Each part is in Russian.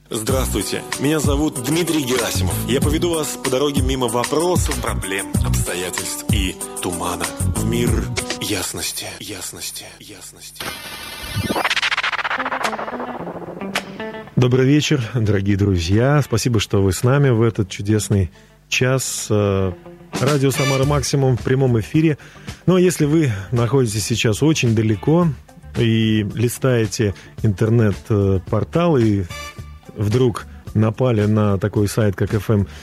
Здравствуйте, меня зовут Дмитрий Герасимов. Я поведу вас по дороге мимо вопросов, проблем, обстоятельств и тумана в мир ясности. Добрый вечер, дорогие друзья. Спасибо, что вы с нами в этот чудесный час. Радио «Самара Максимум» в прямом эфире. Но если вы находитесь сейчас очень далеко и листаете интернет-портал и вдруг напали на такой сайт, как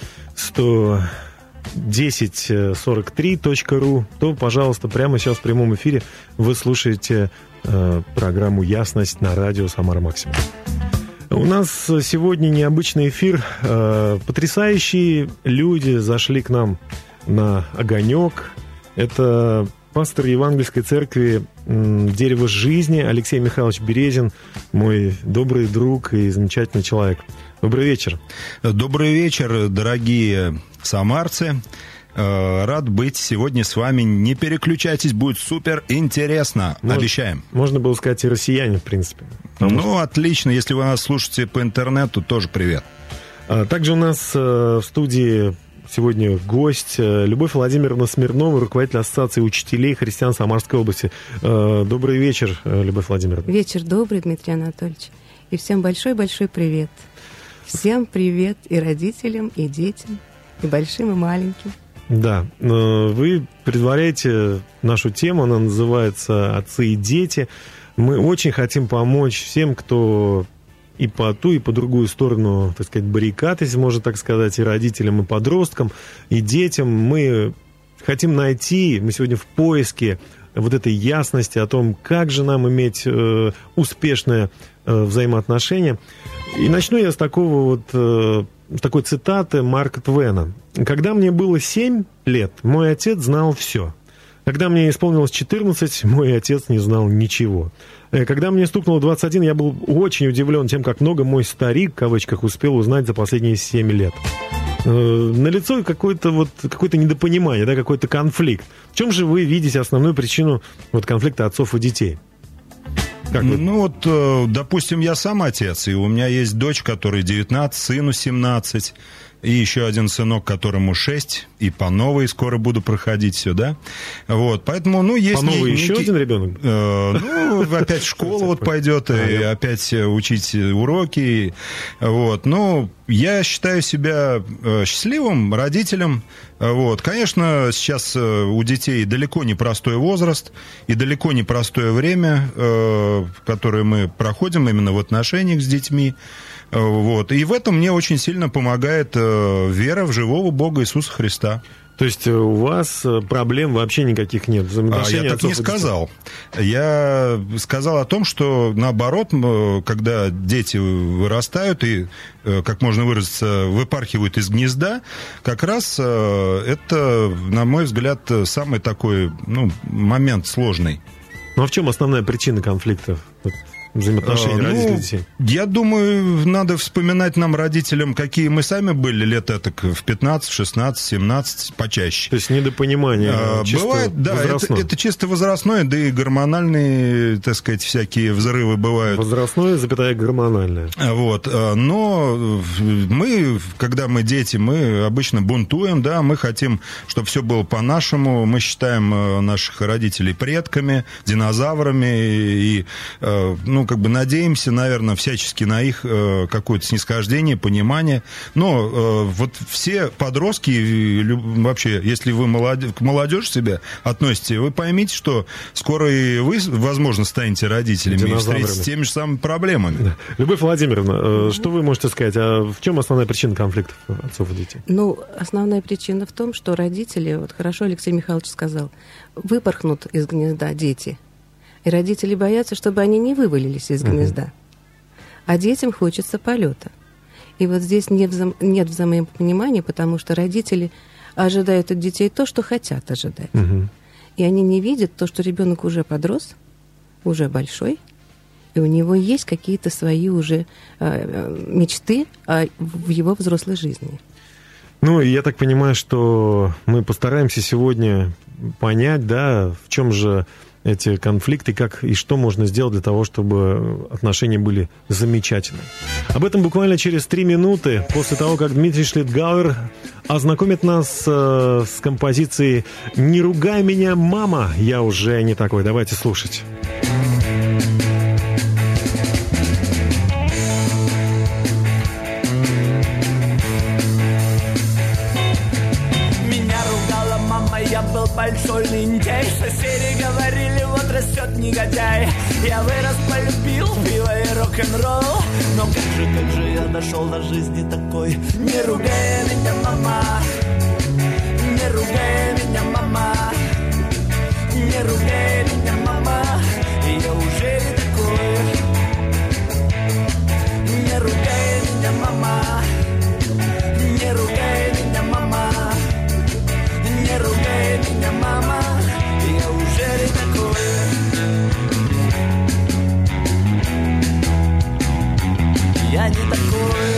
fm11043.ru, то, пожалуйста, прямо сейчас в прямом эфире вы слушаете программу «Ясность» на радио «Самара Максимум». У нас сегодня необычный эфир. Потрясающие люди зашли к нам на огонек. Это пастор Евангельской церкви «Дерево жизни» Алексей Михайлович Березин, мой добрый друг и замечательный человек. Добрый вечер. Добрый вечер, дорогие самарцы. Рад быть сегодня с вами. Не переключайтесь, будет супер интересно. Обещаем. Можно было сказать и россияне, в принципе. Отлично. Если вы нас слушаете по интернету, тоже привет. Также у нас в студии сегодня гость Любовь Владимировна Смирнова, руководитель Ассоциации учителей христиан Самарской области. Добрый вечер, Любовь Владимировна. Вечер добрый, Дмитрий Анатольевич. И всем большой-большой привет. Всем привет и родителям, и детям, и большим, и маленьким. Да, вы предваряете нашу тему, она называется «Отцы и дети». Мы очень хотим помочь всем, кто и по ту, и по другую сторону, так сказать, баррикад, если можно так сказать, и родителям, и подросткам, и детям. Мы хотим найти, мы сегодня в поиске вот этой ясности о том, как же нам иметь успешное взаимоотношение. И начну я с такого с такой цитаты Марка Твена. «Когда мне было 7 лет, мой отец знал все. Когда мне исполнилось 14, мой отец не знал ничего. Когда мне стукнуло 21, я был очень удивлен тем, как много мой старик, в кавычках, успел узнать за последние 7 лет». Налицо какое-то недопонимание, да, какой-то конфликт. В чем же вы видите основную причину конфликта отцов и детей? Допустим, я сам отец, и у меня есть дочь, которой 19, сыну 17, и еще один сынок, которому 6, и по новой скоро буду проходить все, да? Поэтому, есть... По новой еще один ребенок? Опять в школу пойдет, и опять учить уроки, я считаю себя счастливым родителем. Конечно, сейчас у детей далеко не простой возраст и далеко не простое время, которое мы проходим именно в отношениях с детьми. И в этом мне очень сильно помогает вера в живого Бога Иисуса Христа. То есть у вас проблем вообще никаких нет? Я так не сказал. Я сказал о том, что наоборот, когда дети вырастают и, как можно выразиться, выпархивают из гнезда, как раз это, на мой взгляд, самый такой момент сложный. А в чем основная причина конфликтов? Взаимоотношения родителей и детей? Я думаю, надо вспоминать нам, родителям, какие мы сами были лет в 15, 16, 17, почаще. То есть недопонимание чисто бывает, возрастное. Это чисто возрастное, да и гормональные, так сказать, всякие взрывы бывают. Возрастное, гормональное. Но мы, когда мы дети, мы обычно бунтуем, да, мы хотим, чтобы все было по-нашему, мы считаем наших родителей предками, динозаврами и, надеемся, наверное, всячески на их какое-то снисхождение, понимание. Но все подростки, вообще, если вы к молодежи себя относите, вы поймите, что скоро и вы, возможно, станете родителями и встретитесь с теми же самыми проблемами. Да. Любовь Владимировна, что вы можете сказать? А в чем основная причина конфликтов отцов и детей? Основная причина в том, что родители, хорошо Алексей Михайлович сказал, выпорхнут из гнезда дети. И родители боятся, чтобы они не вывалились из гнезда. А детям хочется полета. И здесь нет взаимопонимания, потому что родители ожидают от детей то, что хотят ожидать. И они не видят то, что ребенок уже подрос, уже большой, и у него есть какие-то свои уже мечты в его взрослой жизни. Я так понимаю, что мы постараемся сегодня понять, в чем же эти конфликты, как и что можно сделать для того, чтобы отношения были замечательными. Об этом буквально через 3 минуты, после того, как Дмитрий Шлитгауэр ознакомит нас с композицией «Не ругай меня, мама, я уже не такой». Давайте слушать. Я был большой лентяй, соседи говорили, вот растет негодяй. Я вырос, полюбил пиво и рок-н-ролл. Но как же я дошел до жизни такой? Не ругай меня, мама, не ругай меня, мама, не ругай меня, мама, я уже не такой. Не ругай меня, мама, не ругай меня, мама, не ругай меня, мама, я уже не такой. Я не такой.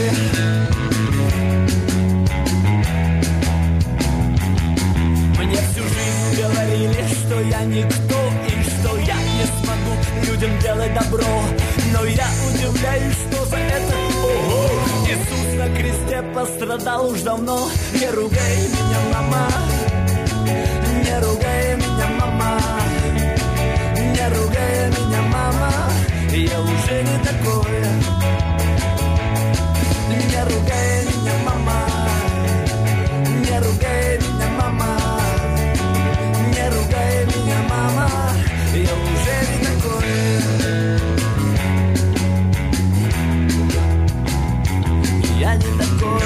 Мне всю жизнь говорили, что я никто и что я не смогу людям делать добро. Но я удивляюсь, что за это, ого, Иисус на кресте пострадал уж давно. Не ругай меня, мама, не ругай меня, мама, не ругай меня, мама, я уже не такой. Не ругай меня, мама, не ругай меня, мама, не ругай меня, мама, я уже не такой. Я не такой.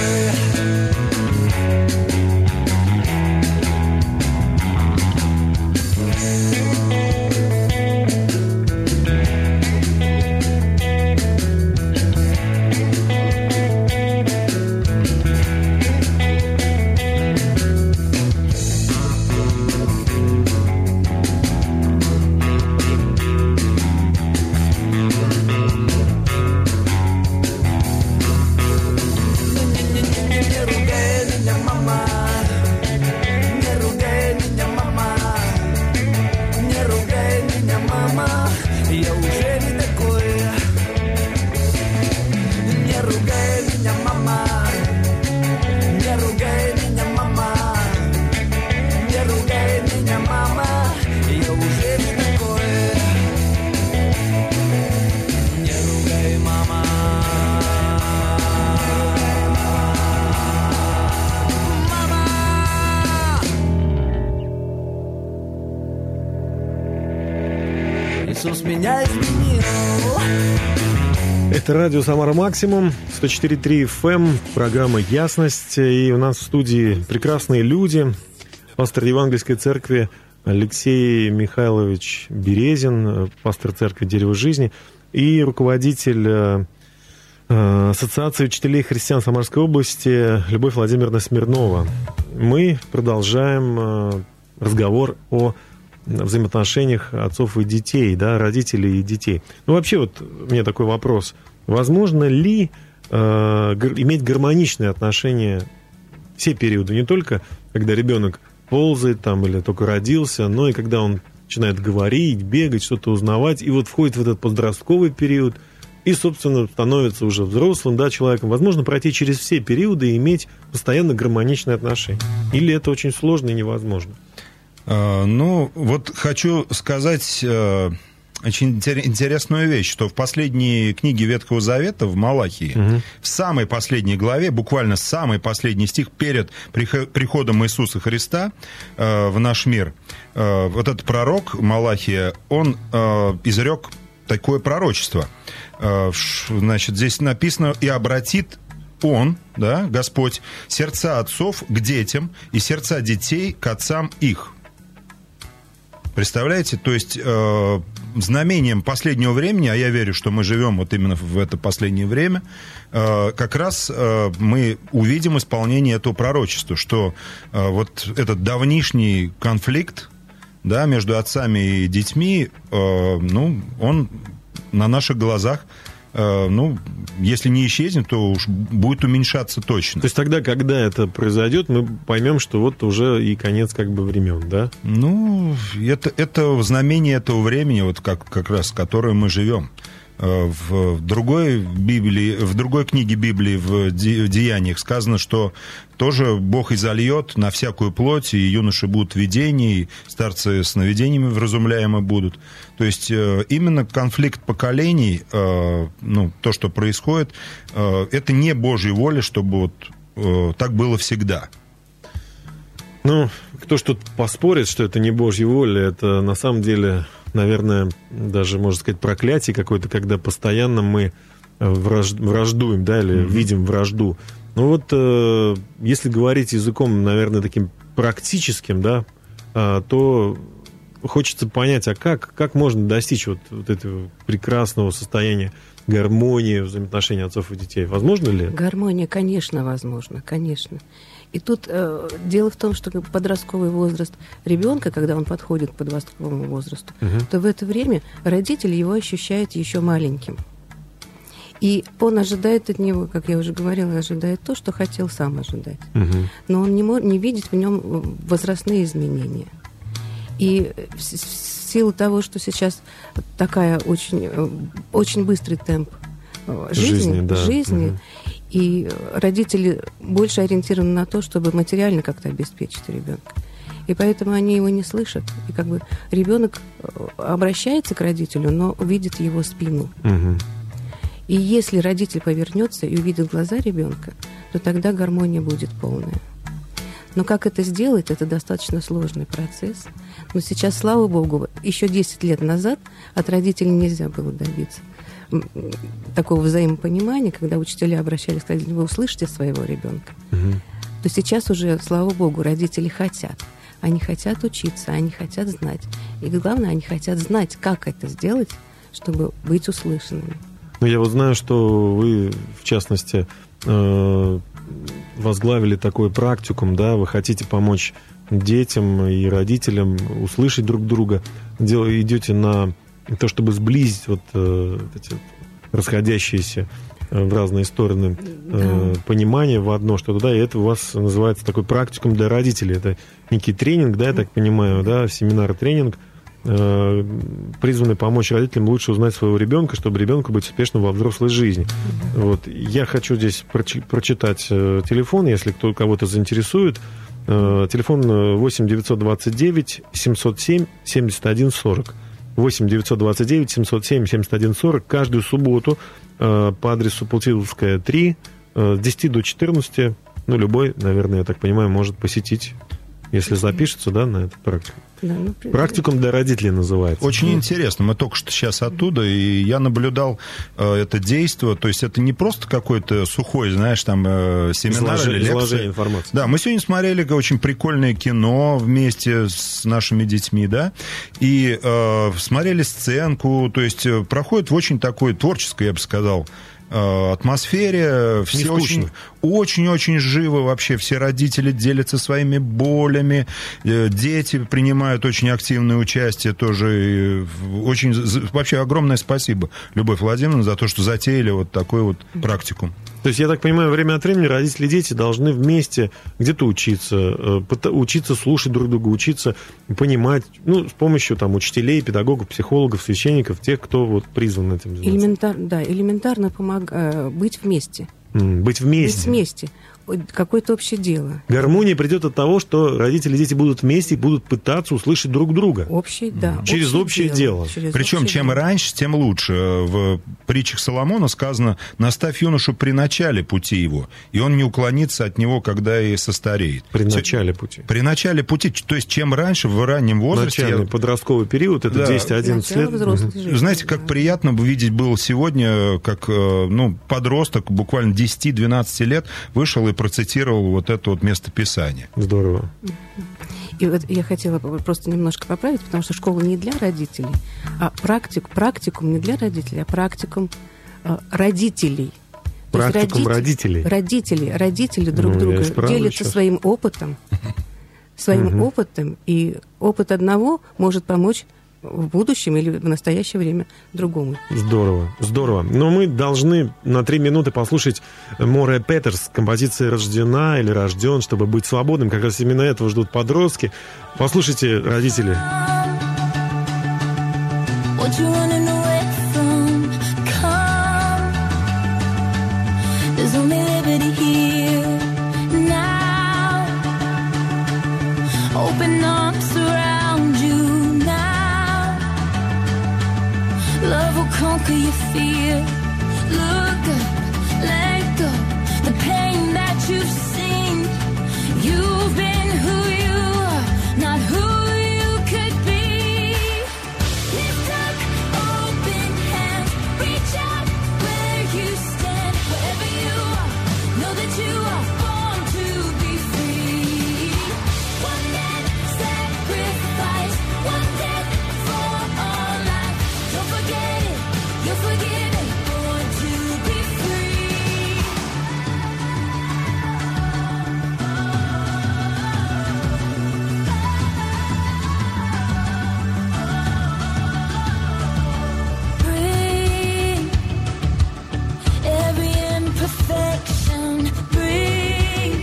Это радио «Самара Максимум», 104.3 FM, программа «Ясность». И у нас в студии прекрасные люди. Пастор Евангельской церкви Алексей Михайлович Березин, пастор церкви «Дерево жизни», и руководитель Ассоциации учителей христиан Самарской области Любовь Владимировна Смирнова. Мы продолжаем разговор о взаимоотношениях отцов и детей, да, родителей и детей. Ну, вообще, вот у меня такой вопрос. Возможно ли иметь гармоничные отношения все периоды? Не только, когда ребенок ползает там или только родился, но и когда он начинает говорить, бегать, что-то узнавать, и вот входит в этот подростковый период, и, собственно, становится уже взрослым, да, человеком. Возможно пройти через все периоды и иметь постоянно гармоничные отношения? Или это очень сложно и невозможно? Ну, вот хочу сказать очень интересную вещь, что в последней книге Ветхого Завета, в Малахии, в самой последней главе, буквально самый последний стих перед приходом Иисуса Христа в наш мир, вот этот пророк Малахия, он изрек такое пророчество. Значит, здесь написано: «И обратит Он, да, Господь, сердца отцов к детям и сердца детей к отцам их». Представляете? То есть знамением последнего времени, а я верю, что мы живем вот именно в это последнее время, как раз мы увидим исполнение этого пророчества, что вот этот давнишний конфликт, да, между отцами и детьми, ну, он на наших глазах если не исчезнет, то уж будет уменьшаться точно. То есть тогда, когда это произойдет, мы поймем, что вот уже и конец времен, да? Это знамение этого времени, вот как раз, в котором мы живем. В другой книге Библии, в Деяниях, сказано, что тоже Бог изольет на всякую плоть, и юноши будут видения, и старцы сновидениями вразумляемы будут. То есть именно конфликт поколений, то, что происходит, это не Божья воля, чтобы так было всегда. Кто ж тут поспорит, что это не Божья воля, это на самом деле, наверное, даже, можно сказать, проклятие какое-то, когда постоянно мы враждуем, да, или видим вражду. Если говорить языком, наверное, таким практическим, да, то хочется понять, а как можно достичь вот этого прекрасного состояния гармонии в взаимоотношении отцов и детей? Возможно ли? Гармония, конечно, возможно, конечно. И тут дело в том, что подростковый возраст ребенка, когда он подходит к подростковому возрасту, то в это время родители его ощущают еще маленьким. И он ожидает от него, как я уже говорила, ожидает то, что хотел сам ожидать. Но он не видит в нем возрастные изменения. И в силу того, что сейчас такая очень быстрый темп жизни, и родители больше ориентированы на то, чтобы материально как-то обеспечить ребенка. И поэтому они его не слышат. И ребенок обращается к родителю, но видит его спину. И если родитель повернется и увидит глаза ребенка, то тогда гармония будет полная. Но как это сделать, это достаточно сложный процесс. Но сейчас, слава богу, еще 10 лет назад от родителей нельзя было добиться такого взаимопонимания, когда учителя обращались к родителям: вы услышите своего ребенка. То сейчас уже, слава богу, родители хотят. Они хотят учиться, они хотят знать. И главное, они хотят знать, как это сделать, чтобы быть услышанными. Я знаю, что вы, в частности, возглавили такой практикум, да, вы хотите помочь детям и родителям услышать друг друга, идете на то, чтобы сблизить эти расходящиеся в разные стороны понимания в одно что-то, да, и это у вас называется такой практикум для родителей. Это некий тренинг, да, я так понимаю, да, семинар и тренинг, призванный помочь родителям лучше узнать своего ребенка, чтобы ребенку быть успешным во взрослой жизни. Я хочу здесь прочитать телефон, если кого-то заинтересует. Телефон 8 929 707 71 40. 8 929 707 71 40. Каждую субботу по адресу Путиловская, 3, с 10 до 14. Любой, наверное, я так понимаю, может посетить, если запишется, да, на эту практику. Практикум для родителей называется. Очень интересно. Мы только что сейчас оттуда, и я наблюдал это действие. То есть это не просто какой-то сухой, знаешь, там семинар или лекция. Информации. Да, мы сегодня смотрели очень прикольное кино вместе с нашими детьми, да, и смотрели сценку. То есть проходит в очень такой творческой, я бы сказал, атмосфере, все очень живо вообще, все родители делятся своими болями, дети принимают очень активное участие тоже. Очень, вообще огромное спасибо, Любовь Владимировна, за то, что затеяли вот такой вот практикум. То есть, я так понимаю, время от времени родители и дети должны вместе где-то учиться слушать друг друга, учиться понимать, с помощью учителей, педагогов, психологов, священников, тех, кто призван этим заниматься. Элементарно быть вместе. Быть вместе. Быть вместе. Какое-то общее дело. Гармония придет от того, что родители и дети будут вместе и будут пытаться услышать друг друга. Через общее дело. Причем, чем раньше, тем лучше. В притчах Соломона сказано: наставь юношу при начале пути его, и он не уклонится от него, когда и состареет. При начале пути. При начале пути. То есть, чем раньше, в раннем возрасте... Начальный подростковый период, это 10-11 лет. Знаете, как приятно видеть было сегодня, как подросток, буквально 10-12 лет, вышел и процитировал вот это вот местописание. Здорово. И я хотела просто немножко поправить, потому что школа не для родителей, а практикум не для родителей, а практикум родителей. Практикум родителей. Родители друг друга делятся своим опытом, и опыт одного может помочь в будущем или в настоящее время другому. Здорово, здорово. Но мы должны на 3 минуты послушать Море Петерс, композиция «Рождена» или «Рожден», чтобы быть свободным. Как раз именно этого ждут подростки. Послушайте, родители. Open arms surround you now. Love will conquer your fear. Look up, let go. The pain that you've seen. You've been who you are, not who you could be. Lift up open hands, reach out where you stand. Wherever you are, know that you are born to be free. One man sacrifice, one death for all life. Don't forget it, you're forgiven, born to be free. Bring every imperfection, bring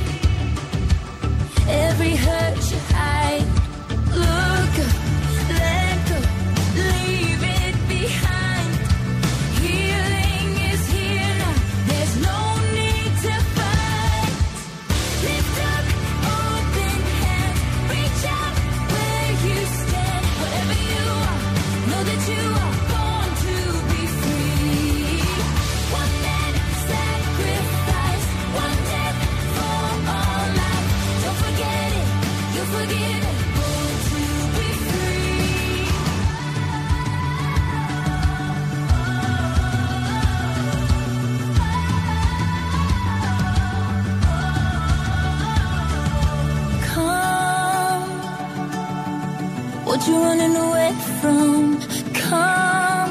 every hurt you hide. Look up, let go, leave it behind. Healing is here now, there's no need to fight. Lift up open hands, reach out where you stand. Wherever you are, know that you are born to be free. One man sacrifice, one death for all life. Don't forget it, you're forgiven, born to be free. Come, what you running away from? Come,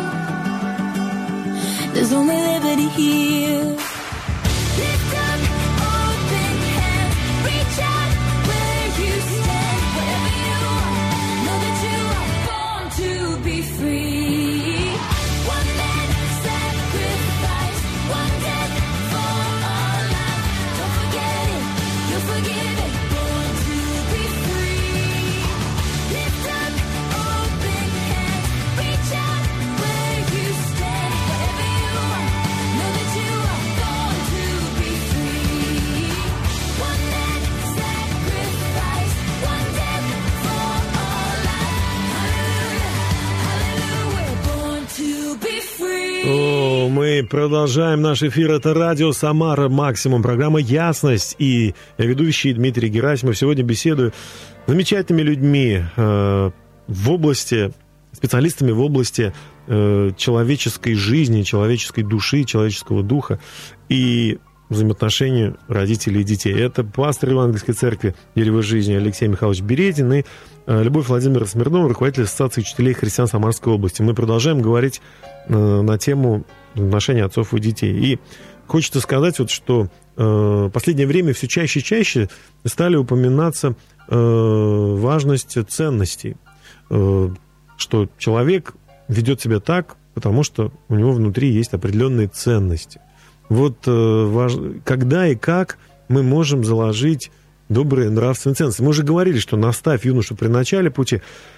there's only liberty here. Lift up open hands, reach out where you stand. Wherever you are, know that you are born to be free. One man sacrifice, one death for all life. Don't forget it, you're forgiven, born to be free. Lift up open hands, reach out where you stand. Wherever you are, know that you are born to be free. One man sacrifice, one death for all life. Hallelujah, hallelujah, we're born to be free. О, мы продолжаем наш эфир. Это радио «Самара Максимум», программа «Ясность». И я ведущий Дмитрий Герасимов. Сегодня беседую с замечательными людьми в области, специалистами в области человеческой жизни, человеческой души, человеческого духа и взаимоотношений родителей и детей. Это пастор Евангельской церкви «Дерево жизни» Алексей Михайлович Березин и Любовь Владимировна Смирнова, руководитель Ассоциации учителей христиан Самарской области. Мы продолжаем говорить на тему отношений отцов и детей. И хочется сказать, вот, что в последнее время все чаще и чаще стали упоминаться важность ценностей, что человек ведет себя так, потому что у него внутри есть определенные ценности. Вот когда и как мы можем заложить добрые нравственные ценности. Мы уже говорили, что наставь юношу при начале пути,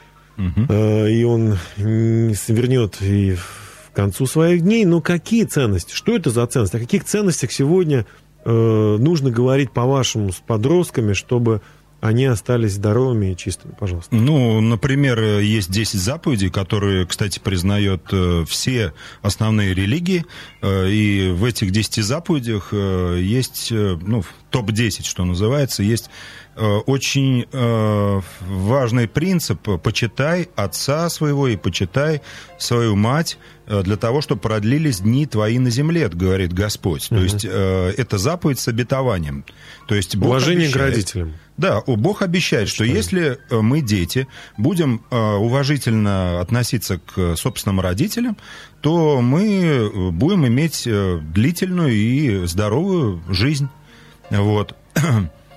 и он свернет и в концу своих дней. Но какие ценности? Что это за ценности? О каких ценностях сегодня нужно говорить, по-вашему, с подростками, чтобы они остались здоровыми и чистыми? Пожалуйста. Ну, например, есть 10 заповедей, которые, кстати, признают все основные религии. И в этих 10 заповедях есть, ну, топ-10, что называется, есть очень важный принцип: почитай отца своего и почитай свою мать для того, чтобы продлились дни твои на земле, говорит Господь. То есть это заповедь с обетованием. То есть Бог уважение обещает, к родителям. Да, Бог обещает, что если мы, дети, будем уважительно относиться к собственным родителям, то мы будем иметь длительную и здоровую жизнь. Вот.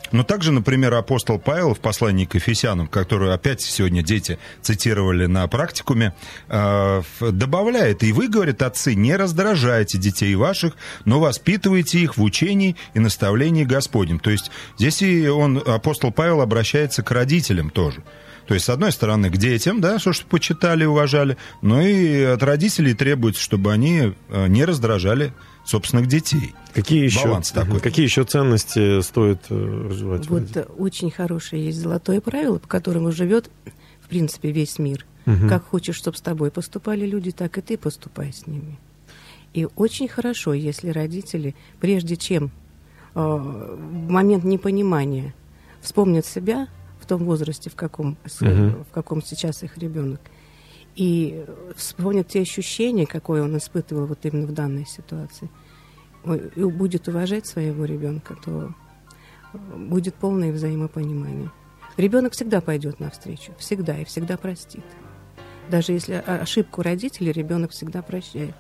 Но также, например, апостол Павел в послании к Ефесянам, которую опять сегодня дети цитировали на практикуме, добавляет: «И вы, говорит, отцы, не раздражайте детей ваших, но воспитывайте их в учении и наставлении Господнем». То есть здесь и апостол Павел обращается к родителям тоже. То есть, с одной стороны, к детям, да, что почитали, уважали, но и от родителей требуется, чтобы они не раздражали собственных детей. Баланс такой. Какие еще ценности стоит развивать? Вот очень хорошее есть золотое правило, по которому живет, в принципе, весь мир. Как хочешь, чтобы с тобой поступали люди, так и ты поступай с ними. И очень хорошо, если родители, прежде чем в момент непонимания вспомнят себя в том возрасте, в каком сейчас их ребенок, и вспомнят те ощущения, какое он испытывал вот именно в данной ситуации, и будет уважать своего ребенка, то будет полное взаимопонимание. Ребенок всегда пойдет навстречу, всегда и всегда простит. Даже если ошибку родителей, ребенок всегда прощает.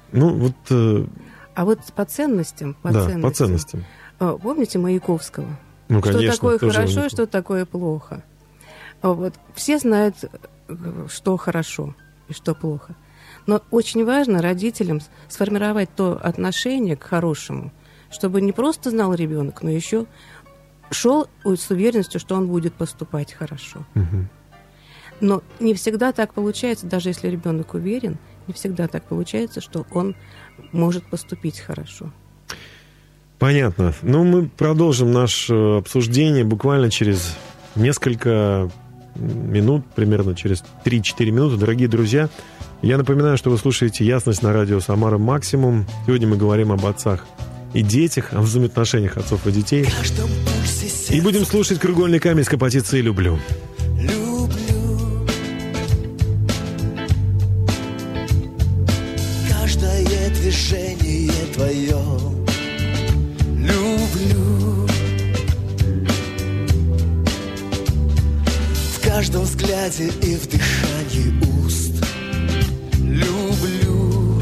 А вот по ценностям. Помните Маяковского? Конечно, что такое хорошо и что такое плохо. Вот. Все знают, что хорошо и что плохо. Но очень важно родителям сформировать то отношение к хорошему, чтобы не просто знал ребенок, но еще шел с уверенностью, что он будет поступать хорошо. Но не всегда так получается, даже если ребенок уверен, не всегда так получается, что он может поступить хорошо. Понятно. Мы продолжим наше обсуждение буквально через несколько минут, примерно через 3-4 минуты. Дорогие друзья, я напоминаю, что вы слушаете «Ясность» на радио «Самара Максимум». Сегодня мы говорим об отцах и детях, о взаимоотношениях отцов и детей. И будем слушать «Краеугольный камень» с композицией «Люблю». Каждое движение твое люблю. В каждом взгляде и в дыхании уст люблю.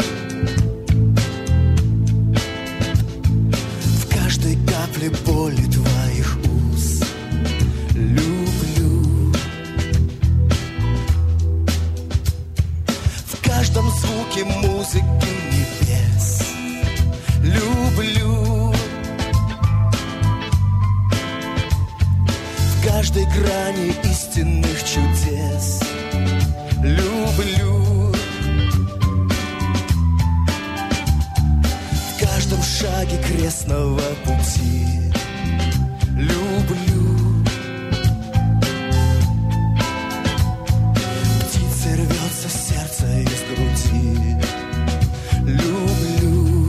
В каждой капле боли твоих уст люблю. В каждом звуке музыки небес люблю. В каждой грани истинных чудес люблю. В каждом шаге крестного пути люблю. Птица рвется сердце из груди люблю.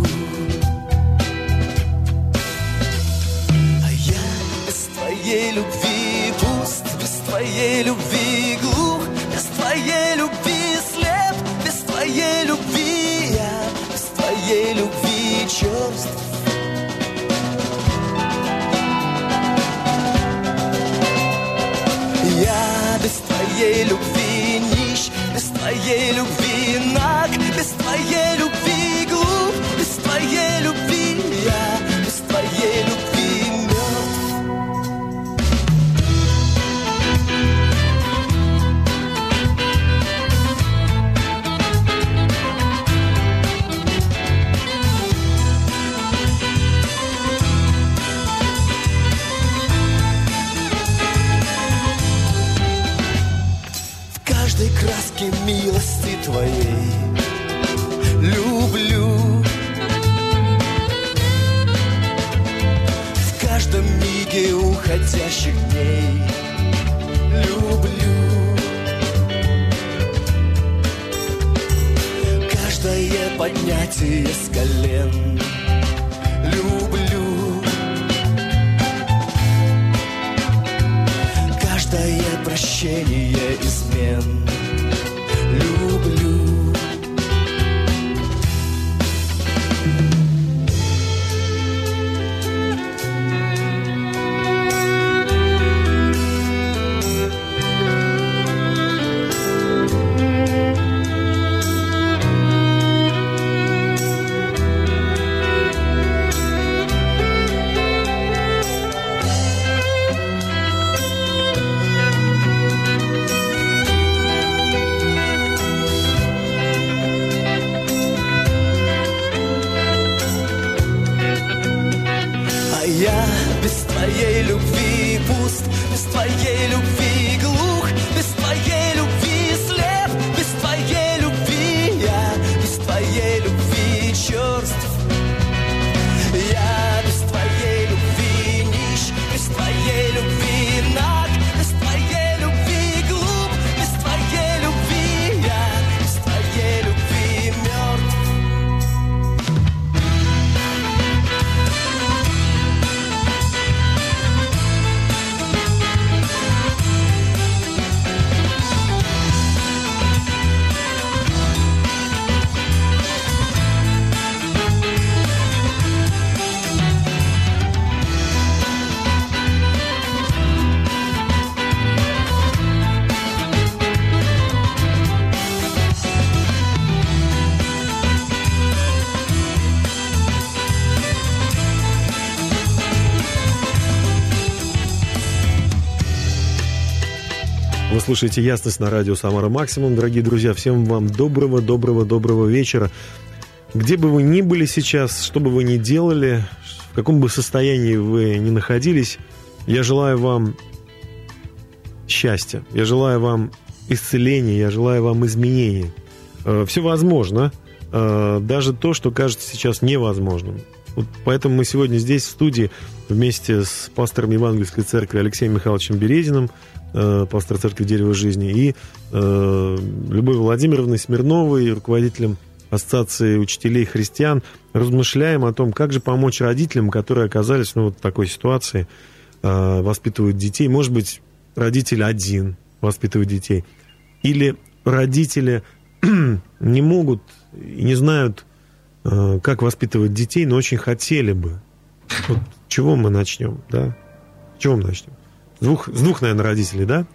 А я без твоей любви пуст, без твоей любви глух, без твоей любви слеп, без твоей любви я, без твоей любви черств. Я без твоей любви нищ, без твоей любви наг, без твоей любви глуп, без твоей любви я, без твоей любви мертв. В каждой краске милости твоей люблю. В каждом миге уходящих дней люблю. Каждое поднятие с колен люблю. Каждое прощение измен люблю. я без твоей любви пуст, без твоей любви глух, без твоей любви слеп, без твоей любви я, без твоей любви черств. Я без твоей любви нищ, без твоей любви наг, без твоей любви глуп, без твоей любви я, без твоей любви мертв. Вы слушаете «Ясность» на радио «Самара Максимум». Дорогие друзья, всем вам доброго вечера. Где бы вы ни были сейчас, что бы вы ни делали, в каком бы состоянии вы ни находились, я желаю вам счастья, я желаю вам исцеления, я желаю вам изменений. Все возможно, даже то, что кажется сейчас невозможным. Вот поэтому мы сегодня здесь, в студии, вместе с пастором Евангельской церкви Алексеем Михайловичем Березиным, пастор церкви «Дерево жизни», и Любовью Владимировной Смирновой, руководителем Ассоциации учителей христиан, размышляем о том, как же помочь родителям, которые оказались в такой ситуации, воспитывают детей. Может быть, родитель один воспитывает детей, или родители не могут и не знают, как воспитывать детей, но очень хотели бы. Вот с чего мы начнем, да? С чего мы начнем? С двух, наверное, родителей, да?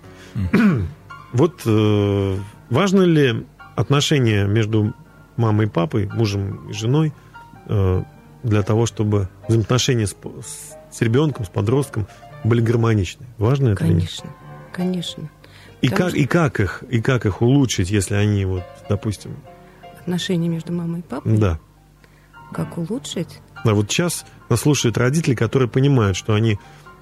Вот важно ли отношения между мамой и папой, мужем и женой, для того, чтобы взаимоотношения с ребенком, с подростком были гармоничны? Важно это? Конечно, конечно. И как их улучшить, если они, вот, допустим... Отношения между мамой и папой? Да. Как улучшить? А вот сейчас нас слушают родители, которые понимают, что они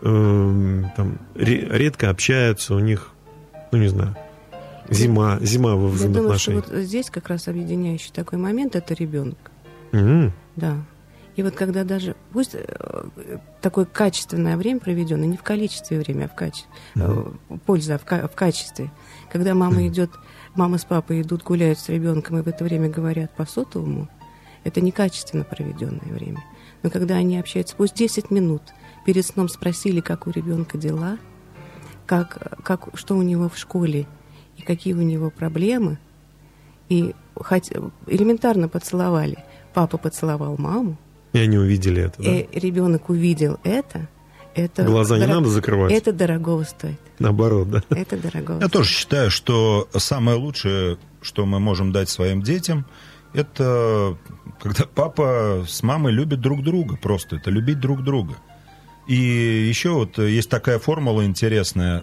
редко общаются, у них, не знаю, зима во взаимоотношениях. Я думаю, что вот здесь как раз объединяющий такой момент — это ребенок. Да. И вот когда даже, пусть такое качественное время проведено, не в количестве времени, а в качестве, польза в качестве. Когда мама с папой идут, гуляют с ребенком и в это время говорят по сотовому, это некачественно проведенное время. Но когда они общаются, пусть 10 минут перед сном спросили, как у ребенка дела, что у него в школе и какие у него проблемы, и элементарно поцеловали. Папа поцеловал маму. И они увидели это, да? И ребенок увидел это. Глаза не надо закрывать. Это дорогого стоит. Наоборот, да. Это дорогого. Я тоже считаю, что самое лучшее, что мы можем дать своим детям, это когда папа с мамой любят друг друга. Просто это любить друг друга. И еще вот есть такая формула интересная.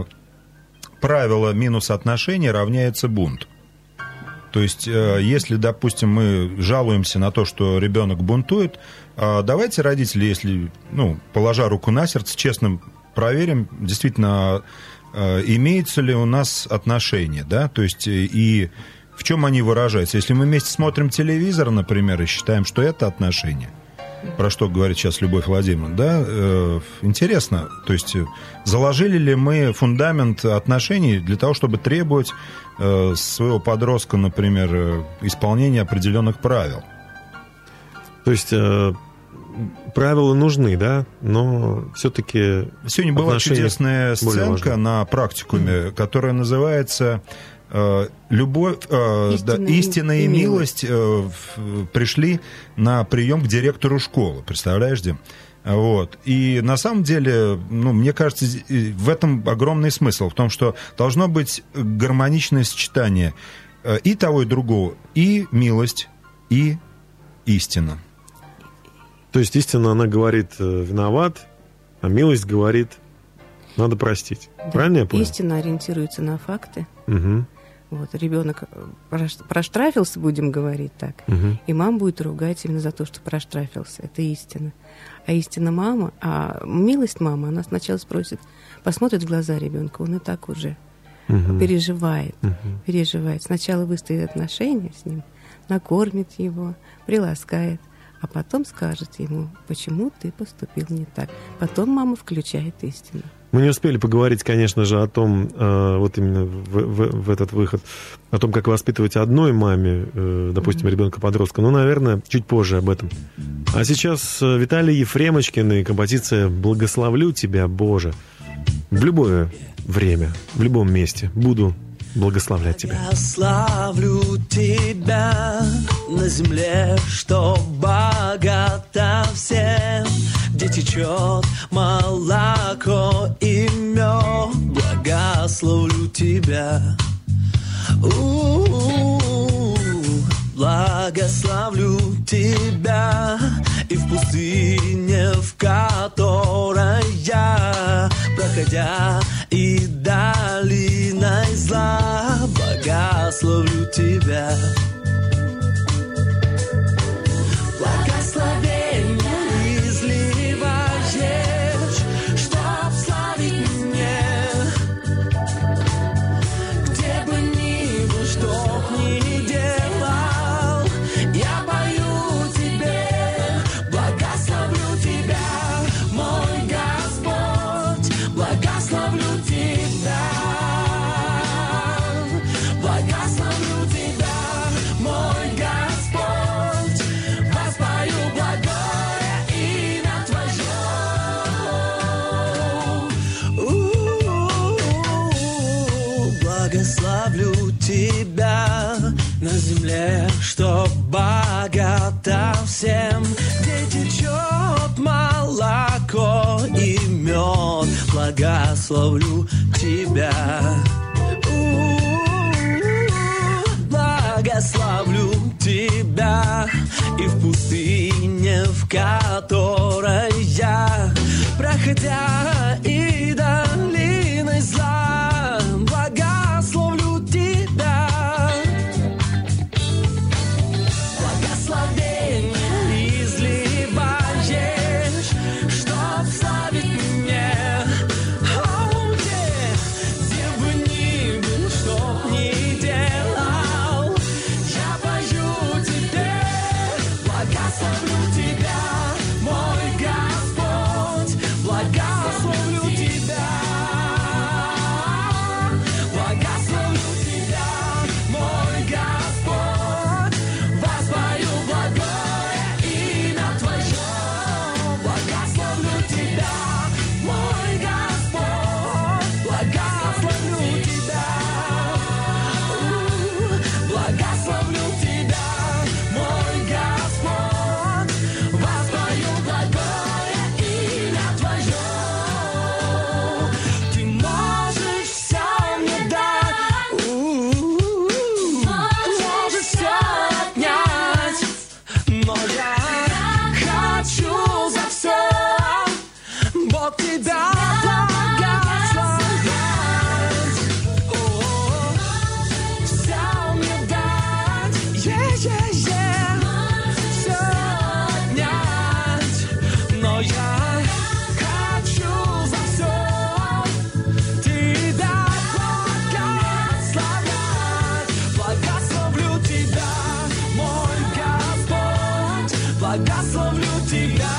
Правило минус отношения равняется бунт. То есть, если, допустим, мы жалуемся на то, что ребенок бунтует, давайте, родители, если, положа руку на сердце, честно проверим, действительно, имеются ли у нас отношения, да, то есть, и в чем они выражаются. Если мы вместе смотрим телевизор, например, и считаем, что это отношения, про что говорит сейчас Любовь Владимировна, да, интересно, то есть, заложили ли мы фундамент отношений для того, чтобы требовать своего подростка, например, исполнения определенных правил? То есть правила нужны, да, но все-таки... Сегодня была чудесная сценка на практикуме, которая называется «Любовь, истина и милость пришли на прием к директору школы». Представляешь, Дим? Вот. И на самом деле, мне кажется, в этом огромный смысл, в том, что должно быть гармоничное сочетание и того, и другого, и милость, и истина. То есть истина, она говорит «виноват», а милость говорит «надо простить». Да. Правильно я понял? Истина ориентируется на факты, угу. Вот, ребенок проштрафился, будем говорить так, и мама будет ругать именно за то, что проштрафился. Это истина. А истина мама, а милость мамы, она сначала спросит, посмотрит в глаза ребенка, он и так уже переживает. Сначала выстроит отношения с ним, накормит его, приласкает, а потом скажет ему, почему ты поступил не так. Потом мама включает истину. Мы не успели поговорить, конечно же, о том, вот именно в этот выход, о том, как воспитывать одной маме, допустим, ребенка-подростка. Ну, наверное, чуть позже об этом. А сейчас Виталий Ефремочкин и композиция «Благословлю тебя, Боже». В любое время, в любом месте буду благословлять тебя. Я славлю тебя на земле, что богата всем, где течет молоко и мед. Благословлю тебя. Благословлю тебя и в пустыне, в которой я, проходя и долиной зла, благословлю тебя. Благословение изливаешь, чтоб славить мне, где бы ни был, чтоб ни делал, я пою тебе, благословлю тебя, мой Господь, благословлю тебя, благословлю тебя, мой Господь, воспою благое имя Твое. Благословлю тебя на земле, что богата всем, где течет молоко и мед. Благословлю тебя. Благословлю тебя и в пустыне, в которой я, проходя и долиной зла, благословлю тебя. Благословение изливаешь, чтоб славить мне, где бы ни был, чтоб ни делал, я пою тебе, благословлю тебя, мой Господь, благословлю тебя, благословлю тебя, мой Господь, воспою благое имя Твое, благословлю тебя, мой Господь, благословлю тебя, благословлю тебя, мой Господь, воспою благое имя Твое. Ты можешь все мне дать, можешь все отнять, но я хочу за все, Бог, тебя благословлять. Все мне дать, все отнять, но я хочу за все тебя благословлять. Благословлю тебя, мой Господь, благословлю тебя,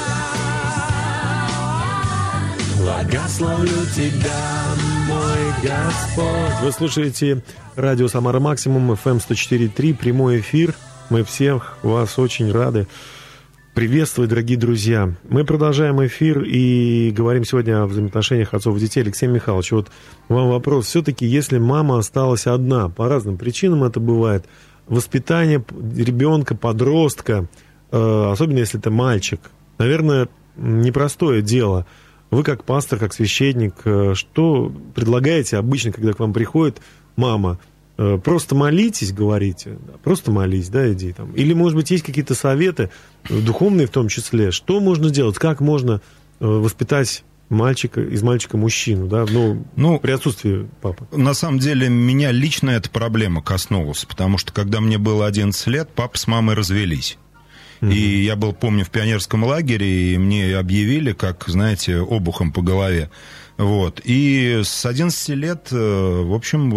благословлю тебя, мой Господь. Вы слушаете радио «Самара Максимум», FM 104.3, прямой эфир. Мы всех вас очень рады приветствовать, дорогие друзья. Мы продолжаем эфир и говорим сегодня о взаимоотношениях отцов и детей. Алексей Михайлович, вот вам вопрос. Все-таки, если мама осталась одна, по разным причинам это бывает, воспитание ребенка, подростка, особенно если это мальчик, наверное, непростое дело. Вы как пастор, как священник, что предлагаете обычно, когда к вам приходит мама? Просто молитесь, говорите, просто молись, да, иди там. Или, может быть, есть какие-то советы, духовные в том числе, что можно делать, как можно воспитать из мальчика мужчину, да, при отсутствии папы? На самом деле, меня лично эта проблема коснулась, потому что, когда мне было 11 лет, папа с мамой развелись. И я был, помню, в пионерском лагере, и мне объявили, как, знаете, обухом по голове. Вот. И с 11 лет, в общем,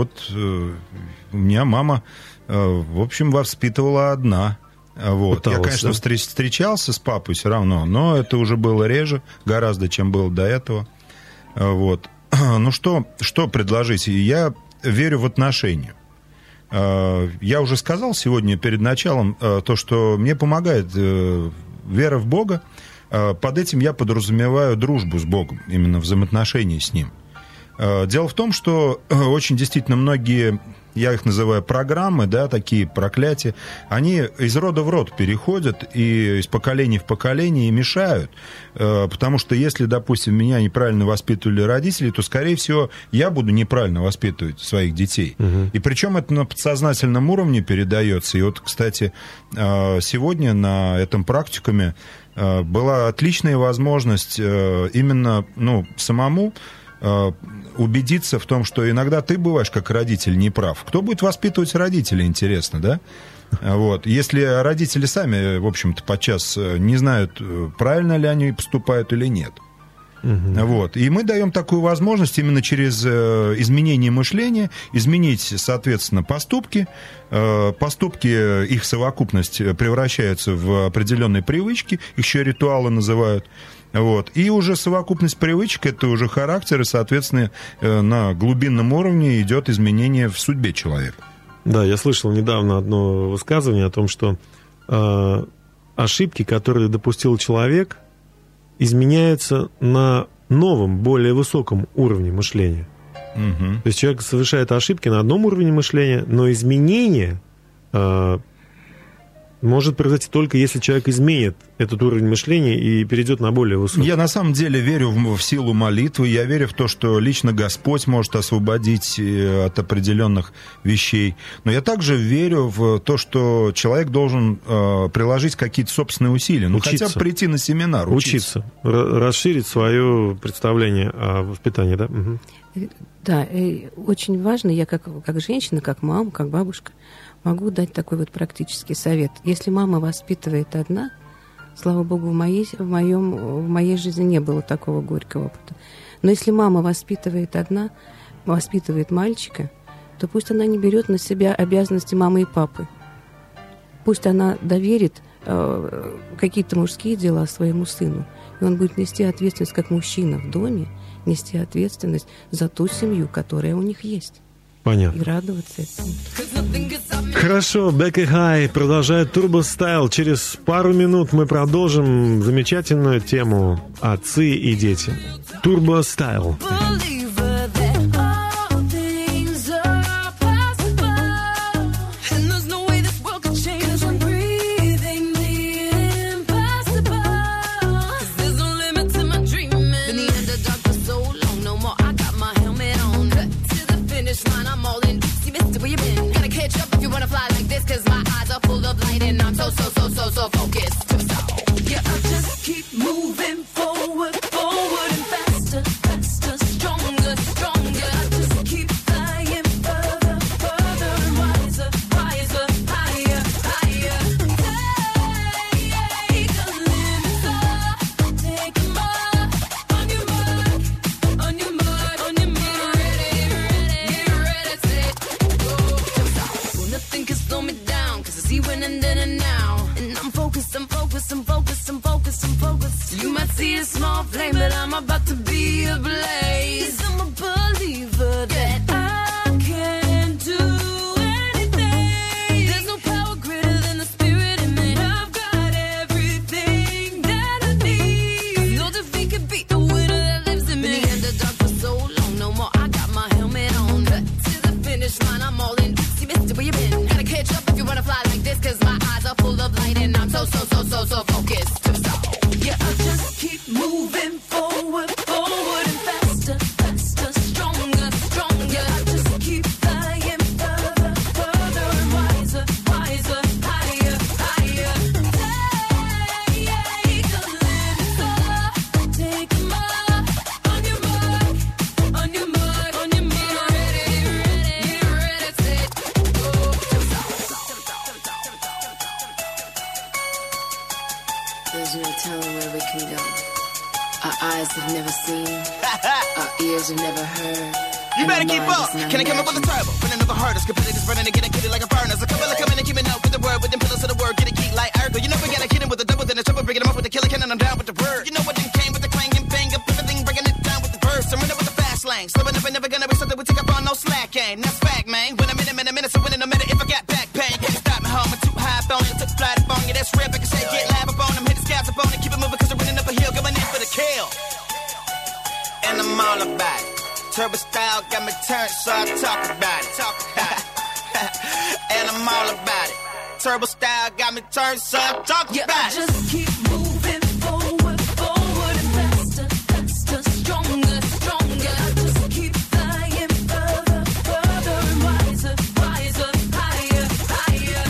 у меня мама, в общем, воспитывала одна. Вот. Пыталась, я, конечно, встречался с папой все равно, но это уже было реже гораздо, чем было до этого. Вот. Ну, что предложить? Я верю в отношения. Я уже сказал сегодня перед началом то, что мне помогает вера в Бога. Под этим я подразумеваю дружбу с Богом, именно взаимоотношения с Ним. Дело в том, что очень действительно многие, я их называю программы, да, такие проклятия, они из рода в род переходят и из поколения в поколение и мешают. Потому что если, допустим, меня неправильно воспитывали родители, то, скорее всего, я буду неправильно воспитывать своих детей. И причем это на подсознательном уровне передается. И вот, кстати, сегодня на этом практикуме была отличная возможность именно самому убедиться в том, что иногда ты бываешь как родитель неправ. Кто будет воспитывать родителей, интересно, да? Вот. Если родители сами, в общем-то, подчас не знают, правильно ли они поступают или нет. Вот. И мы даем такую возможность именно через изменение мышления, изменить, соответственно, поступки. Поступки, их совокупность превращаются в определенные привычки, их еще ритуалы называют. Вот. И уже совокупность привычек, это уже характер, и, соответственно, на глубинном уровне идет изменение в судьбе человека. Да, я слышал недавно одно высказывание о том, что ошибки, которые допустил человек, изменяются на новом, более высоком уровне мышления. То есть человек совершает ошибки на одном уровне мышления, но изменение может произойти только если человек изменит этот уровень мышления и перейдет на более высокий. Я на самом деле верю в силу молитвы, я верю в то, что лично Господь может освободить от определенных вещей. Но я также верю в то, что человек должен приложить какие-то собственные усилия. Ну, хотя бы прийти на семинар, учиться. Расширить свое представление о воспитании, да? Да, и очень важно, я как женщина, как мама, как бабушка, могу дать такой вот практический совет. Если мама воспитывает одна, слава богу, в моей жизни не было такого горького опыта. Но если мама воспитывает одна, воспитывает мальчика, то пусть она не берет на себя обязанности мамы и папы. Пусть она доверит какие-то мужские дела своему сыну. И он будет нести ответственность как мужчина в доме, нести ответственность за ту семью, которая у них есть. Понятно. И радоваться этому. Хорошо, Becky High продолжает Turbo Style. Через пару минут мы продолжим замечательную тему «Отцы и дети». Turbo Style. So focused. Yeah, I just keep moving forward and faster, stronger. I just keep flying further and wiser, higher. Take the limits up, take them up. On your mark. Get ready, set, go. Well, nothing can slow me down, 'cause I see when and then and now. I'm focused. You might see a small flame, but I'm about to be a blaze. 'Cause I'm a believer that I can do anything. There's no power greater than the spirit in me. I've got everything that I need. No defeat can beat the winner that lives in me. Been in the dark for so long, no more. I got my helmet on. Cut to the finish line, I'm all in. See, mister, where you been? Gotta catch up if you wanna fly like this, 'cause my eyes are full of light and I'm so focused. Yeah, I just keep moving forward and faster, stronger. I just Our eyes have never seen, our ears have never heard. You better and our keep mind up. has Can I come up with a turbo? But another hurdles. Competitors running to get a kitty like a furnace. A couple of coming and keeping up with the word. With them pillars of the word. Get a key like Urkel. You know we gotta hit him with the double, then a triple. Bringing them up with the killer cannon. I'm down with the word. You know what then came with the clanging bang up everything. Bringing it down with the verse. I'm running with the fast lane. Slowing up and never gonna be something we take up on no slack game. That's fact, man. When I'm in a minute, so winning no matter if I got back pain. Can't stop me home. I'm too high up on it. Took flight up on you. That's rip. I can say get live up on them. Hit the scabs up on it. Keep it moving cause I'm running up a hill. Going in for the kill. And I'm all about it. Turbo style got me turned, so I talk about it. And I'm all about it. Turbo style got me turned, so I talk Yeah, about it. just keep moving forward, forward and faster, faster, stronger, stronger. Just keep flying further, further and wiser, wiser, higher, higher.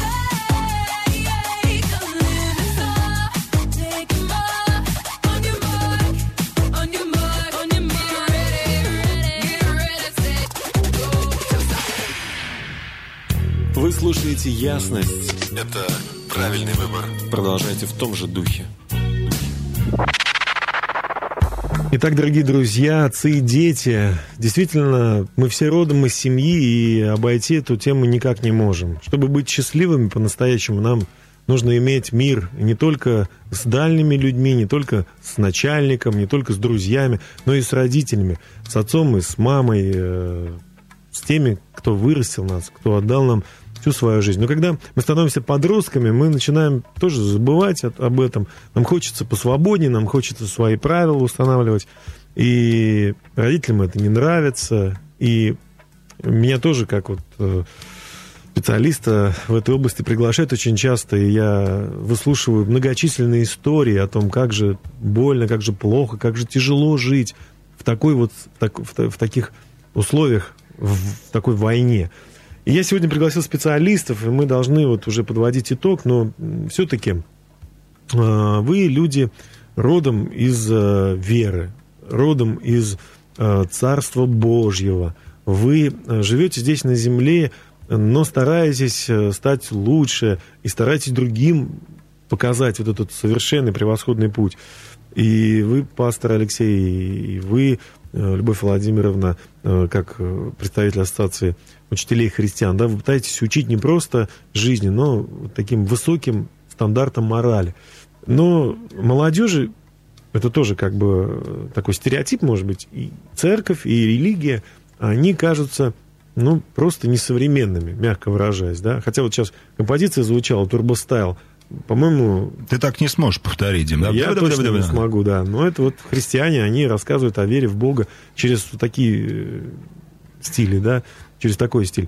Take a little far, take a mark. On your mark, on your mark, on your mark. Get ready, set, go. Вы слушаете «Ясность». Это правильный выбор. Продолжайте в том же духе. Итак, дорогие друзья, отцы и дети, действительно, мы все родом из семьи, и обойти эту тему никак не можем. Чтобы быть счастливыми по-настоящему, нам нужно иметь мир не только с дальними людьми, не только с начальником, не только с друзьями, но и с родителями, с отцом и с мамой, с теми, кто вырастил нас, кто отдал нам всю свою жизнь. Но когда мы становимся подростками, мы начинаем тоже забывать об этом. Нам хочется посвободнее, нам хочется свои правила устанавливать. И родителям это не нравится. И меня тоже, как вот специалиста в этой области, приглашают очень часто. И я выслушиваю многочисленные истории о том, как же больно, как же плохо, как же тяжело жить в такой вот, в таких условиях, в такой войне. И я сегодня пригласил специалистов, и мы должны вот уже подводить итог, но все-таки вы люди родом из веры, родом из Царства Божьего. Вы живете здесь на земле, но стараетесь стать лучше и стараетесь другим показать вот этот совершенный, превосходный путь. И вы, пастор Алексей, и вы, Любовь Владимировна, как представитель ассоциации учителей христиан, да, вы пытаетесь учить не просто жизни, но таким высоким стандартам морали. Но молодежи, это тоже как бы такой стереотип, может быть, и церковь, и религия, они кажутся, ну, просто несовременными, мягко выражаясь, да. Хотя вот сейчас композиция звучала, «Турбостайл», по-моему... Ты так не сможешь повторить, Дим. Да? Я точно не смогу, да. Но это вот христиане, они рассказывают о вере в Бога через такие стили, да, через такой стиль.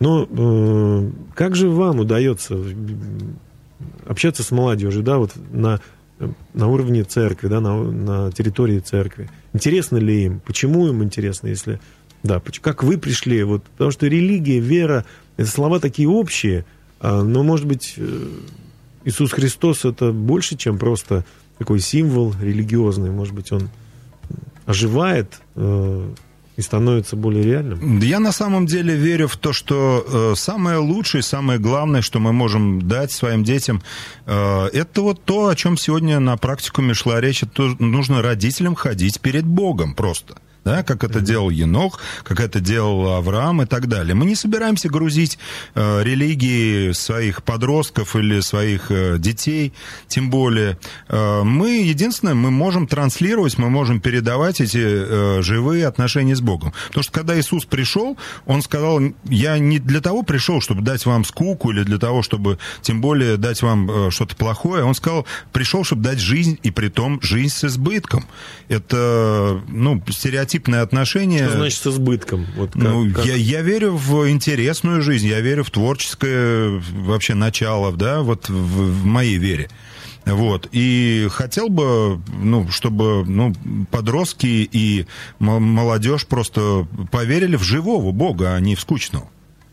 Но как же вам удается общаться с молодежью, да, вот на уровне церкви, да, на территории церкви? Интересно ли им? Почему им интересно, если... Да, как вы пришли? Вот, потому что религия, вера, это слова такие общие, но, может быть... Иисус Христос — это больше, чем просто такой символ религиозный. Может быть, он оживает и становится более реальным? Я на самом деле верю в то, что самое лучшее, самое главное, что мы можем дать своим детям, это вот то, о чем сегодня на практикуме шла речь. Это нужно родителям ходить перед Богом просто. Да, как это делал Енох, как это делал Авраам и так далее. Мы не собираемся грузить религии своих подростков или своих детей, тем более. Мы, единственное, мы можем транслировать, мы можем передавать эти живые отношения с Богом. Потому что когда Иисус пришел, Он сказал, я не для того пришел, чтобы дать вам скуку или для того, чтобы, тем более, дать вам что-то плохое. Он сказал, пришел, чтобы дать жизнь, и притом жизнь с избытком. Это, ну, стереотипное отношение. Что значит с избытком? Вот как? Я верю в интересную жизнь, я верю в творческое вообще начало, да, вот в моей вере. Вот. И хотел бы, ну, чтобы, ну, подростки и молодежь просто поверили в живого Бога, а не в скучного.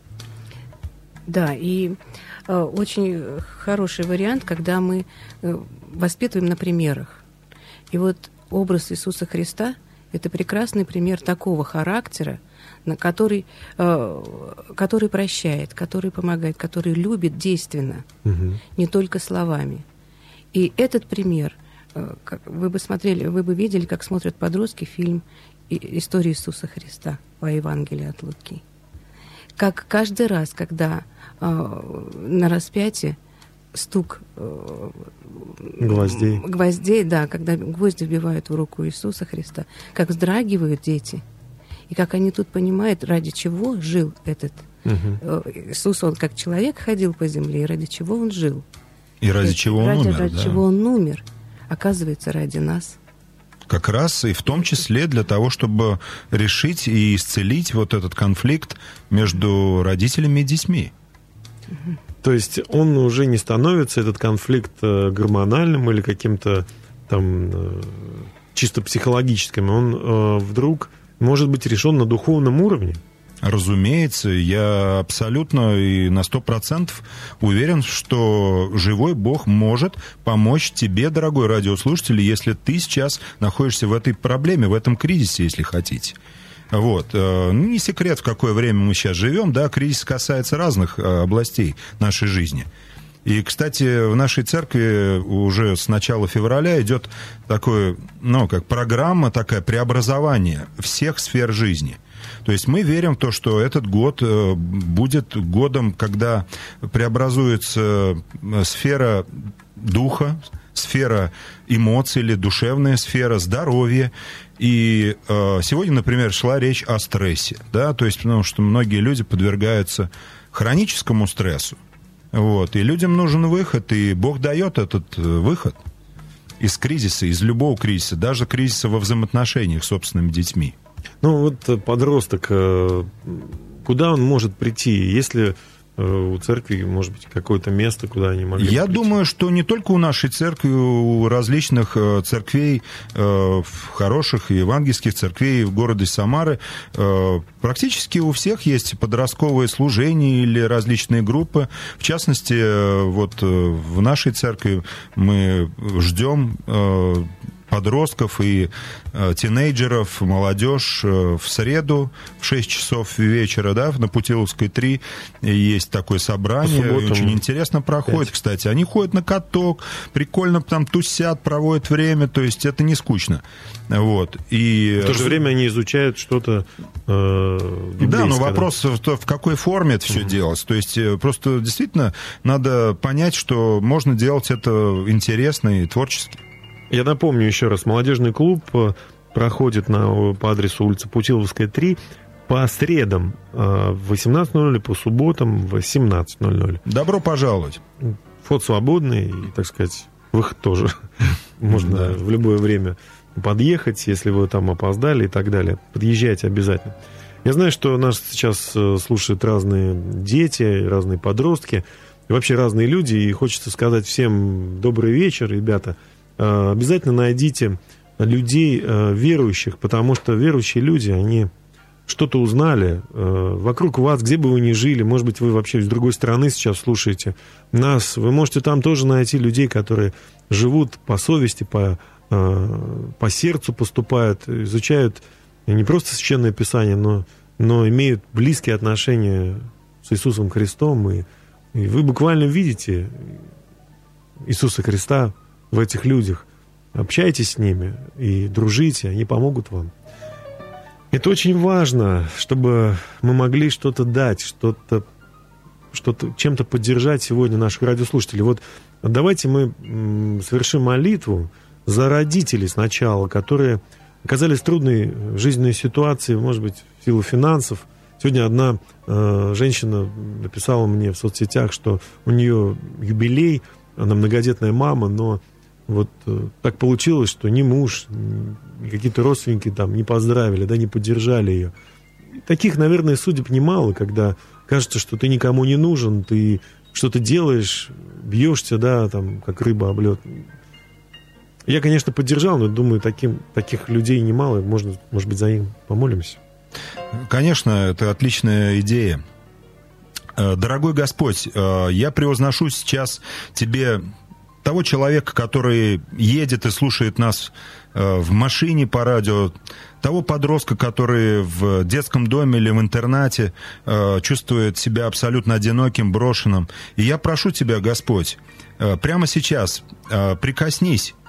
Да, и очень хороший вариант, когда мы воспитываем на примерах. И вот образ Иисуса Христа — это прекрасный пример такого характера, который прощает, который помогает, который любит действенно, не только словами. И этот пример вы бы видели, как смотрят подростки фильм «История Иисуса Христа» по Евангелию от Луки. Как каждый раз, когда на распятии стук гвоздей, да, когда гвозди вбивают в руку Иисуса Христа, как вздрагивают дети, и как они тут понимают, ради чего жил этот Иисус, он как человек ходил по земле, и ради чего он жил. И ради чего он умер. Ради чего он умер. Оказывается, ради нас. Как раз и в том числе для того, чтобы решить и исцелить вот этот конфликт между родителями и детьми. То есть он уже не становится, этот конфликт, гормональным или каким-то там чисто психологическим. Он вдруг может быть решен на духовном уровне. Разумеется, я абсолютно и на 100% уверен, что живой Бог может помочь тебе, дорогой радиослушатель, если ты сейчас находишься в этой проблеме, в этом кризисе, если хотите. Вот. Не секрет, в какое время мы сейчас живем, да, кризис касается разных областей нашей жизни. И, кстати, в нашей церкви уже с начала февраля идет такое, как программа, такая преобразование всех сфер жизни. То есть мы верим в то, что этот год будет годом, когда преобразуется сфера духа, сфера эмоций или душевная сфера, здоровья. И сегодня, например, шла речь о стрессе, да, то есть потому что многие люди подвергаются хроническому стрессу. Вот, и людям нужен выход, и Бог дает этот выход из кризиса, из любого кризиса, даже кризиса во взаимоотношениях с собственными детьми. Ну вот подросток, куда он может прийти, если у церкви, может быть, какое-то место, куда они могли Я прийти? думаю, что не только у нашей церкви, у различных церквей, хороших и евангельских церквей в городе Самары, практически у всех есть подростковые служения или различные группы. В частности, вот в нашей церкви мы ждем подростков и тинейджеров, молодежь в среду в 6 часов вечера, да, на Путиловской 3 есть такое собрание, очень интересно проходит, 5. Кстати. Они ходят на каток, прикольно там тусят, проводят время, то есть это не скучно. Вот. И в то же время они изучают что-то библейское. Да, но вопрос в какой форме это все делать. То есть просто действительно надо понять, что можно делать это интересно и творчески. Я напомню еще раз, молодежный клуб проходит по адресу улица Путиловская, 3 по средам в 18:00, по субботам в 17:00. Добро пожаловать. Вход свободный, и, так сказать, выход тоже. Можно в любое время подъехать, если вы там опоздали и так далее. Подъезжайте обязательно. Я знаю, что нас сейчас слушают разные дети, разные подростки, и вообще разные люди, и хочется сказать всем добрый вечер, ребята. Обязательно найдите людей верующих, потому что верующие люди, они что-то узнали вокруг вас, где бы вы ни жили, может быть, вы вообще с другой стороны сейчас слушаете нас, вы можете там тоже найти людей, которые живут по совести, по сердцу поступают, изучают не просто Священное Писание, но имеют близкие отношения с Иисусом Христом, и вы буквально видите Иисуса Христа в этих людях. Общайтесь с ними и дружите, они помогут вам. Это очень важно, чтобы мы могли что-то дать, что-то чем-то поддержать сегодня наших радиослушателей. Вот давайте мы совершим молитву за родителей сначала, которые оказались в трудной жизненной ситуации, может быть, в силу финансов. Сегодня одна женщина написала мне в соцсетях, что у нее юбилей, она многодетная мама, но вот так получилось, что ни муж, ни какие-то родственники там не поздравили, да, не поддержали ее. Таких, наверное, судеб немало, когда кажется, что ты никому не нужен, ты что-то делаешь, бьешься, да, там, как рыба об лед. Я, конечно, поддержал, но думаю, таких людей немало, может быть, за них помолимся. Конечно, это отличная идея. Дорогой Господь, я превозношу сейчас Тебе того человека, который едет и слушает нас в машине по радио, того подростка, который в детском доме или в интернате чувствует себя абсолютно одиноким, брошенным. И я прошу Тебя, Господь, прямо сейчас прикоснись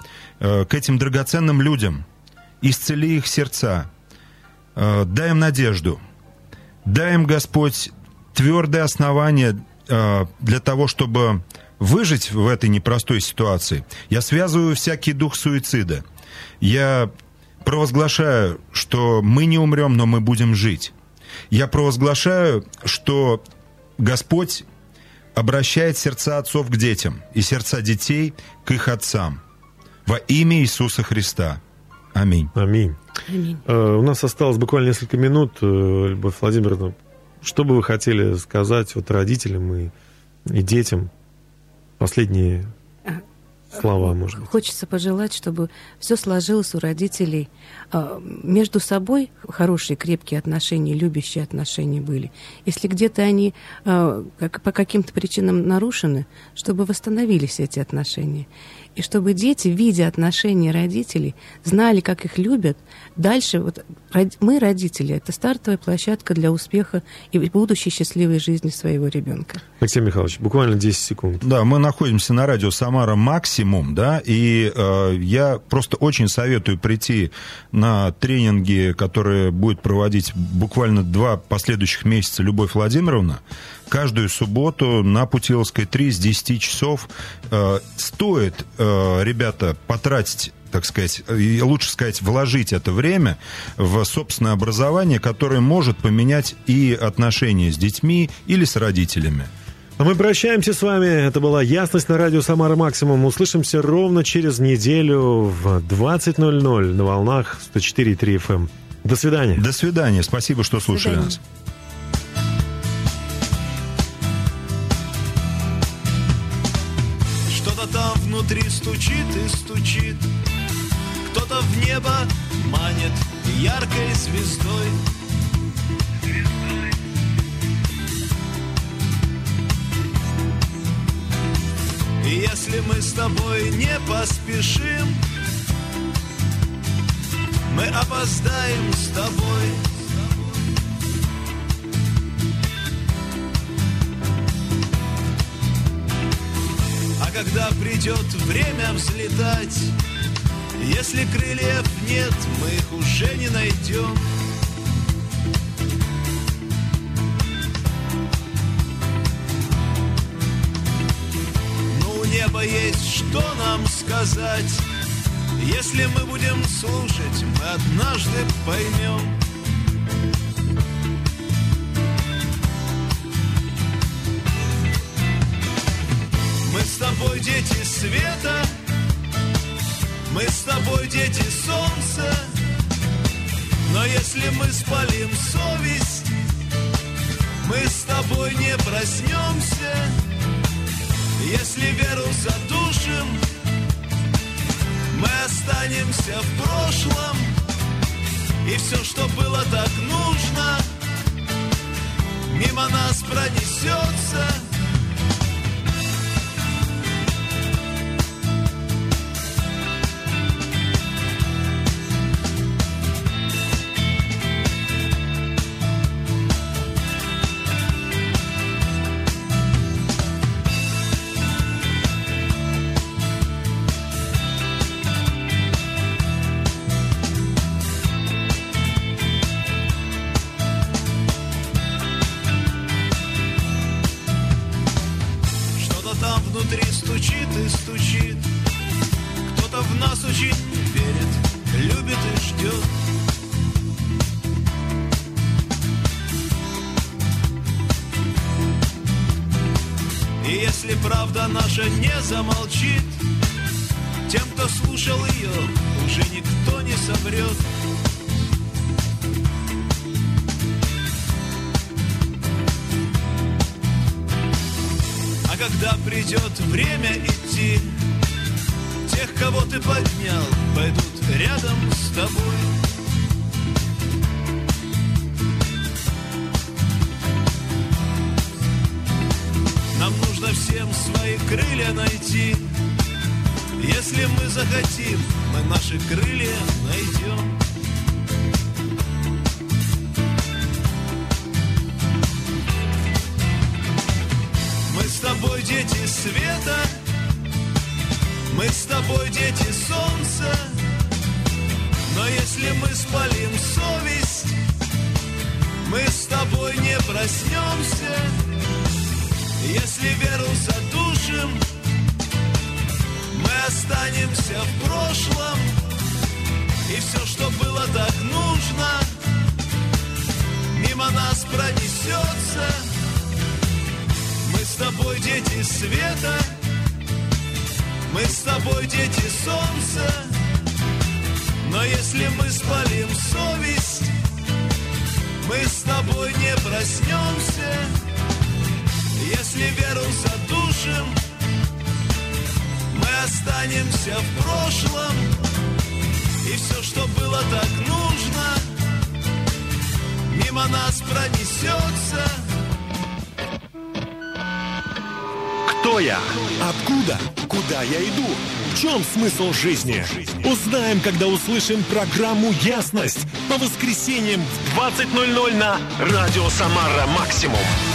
к этим драгоценным людям, исцели их сердца, дай им надежду, дай им, Господь, твердое основание для того, чтобы выжить в этой непростой ситуации. Я связываю всякий дух суицида. Я провозглашаю, что мы не умрем, но мы будем жить. Я провозглашаю, что Господь обращает сердца отцов к детям и сердца детей к их отцам. Во имя Иисуса Христа. Аминь. Аминь. Аминь. У нас осталось буквально несколько минут. Любовь Владимировна, что бы вы хотели сказать вот родителям и детям? Последние слова, может быть. Хочется пожелать, чтобы все сложилось у родителей. Между собой хорошие, крепкие отношения, любящие отношения были. Если где-то они по каким-то причинам нарушены, чтобы восстановились эти отношения. И чтобы дети, видя отношения родителей, знали, как их любят. Дальше вот, мы, родители, это стартовая площадка для успеха и будущей счастливой жизни своего ребенка. Алексей Михайлович, буквально 10 секунд. Да, мы находимся на радио «Самара Максимум», да, и я просто очень советую прийти на тренинги, которые будет проводить буквально 2 последующих месяца Любовь Владимировна. Каждую субботу на Путиловской 3 с 10 часов стоит, ребята, потратить, так сказать, и лучше сказать, вложить это время в собственное образование, которое может поменять и отношения с детьми или с родителями. А мы прощаемся с вами. Это была «Ясность» на радио «Самара Максимум». Услышимся ровно через неделю в 20:00 на волнах 104,3 FM. До свидания. До свидания. Спасибо, что слушали нас. Что-то там внутри стучит и стучит. Кто-то в небо манит яркой звездой. И если мы с тобой не поспешим, мы опоздаем с тобой. А когда придет время взлетать, если крыльев нет, мы их уже не найдем. Но у неба есть что нам сказать. Если мы будем слушать, мы однажды поймем. Мы с тобой дети света, мы с тобой дети солнца. Но если мы спалим совесть, мы с тобой не проснемся. Если веру задушим, мы останемся в прошлом. И все, что было так нужно, мимо нас пронесется. Стучит и стучит. Кто-то в нас очень верит, любит и ждет. И если правда наша не замолчит, тем, кто слушал ее, уже никто не соврет. А когда придет время идти, тех, кого ты поднял, пойдут рядом с тобой. Нам нужно всем свои крылья найти. Если мы захотим, мы наши крылья найдем. Мы с тобой дети света, Мы с тобой дети солнца, но если мы спалим совесть, мы с тобой не проснемся. Если веру задушим, мы останемся в прошлом. И все, что было так нужно, мимо нас пронесется. Мы с тобой дети света, мы с тобой дети солнца. Но если мы спалим совесть, мы с тобой не проснемся. Если веру задушим, мы останемся в прошлом. И все, что было так нужно, мимо нас пронесется. Кто я? Откуда? Куда я иду? В чем смысл жизни? Узнаем, когда услышим программу «Ясность» по воскресеньям в 20:00 на Радио Самара Максимум.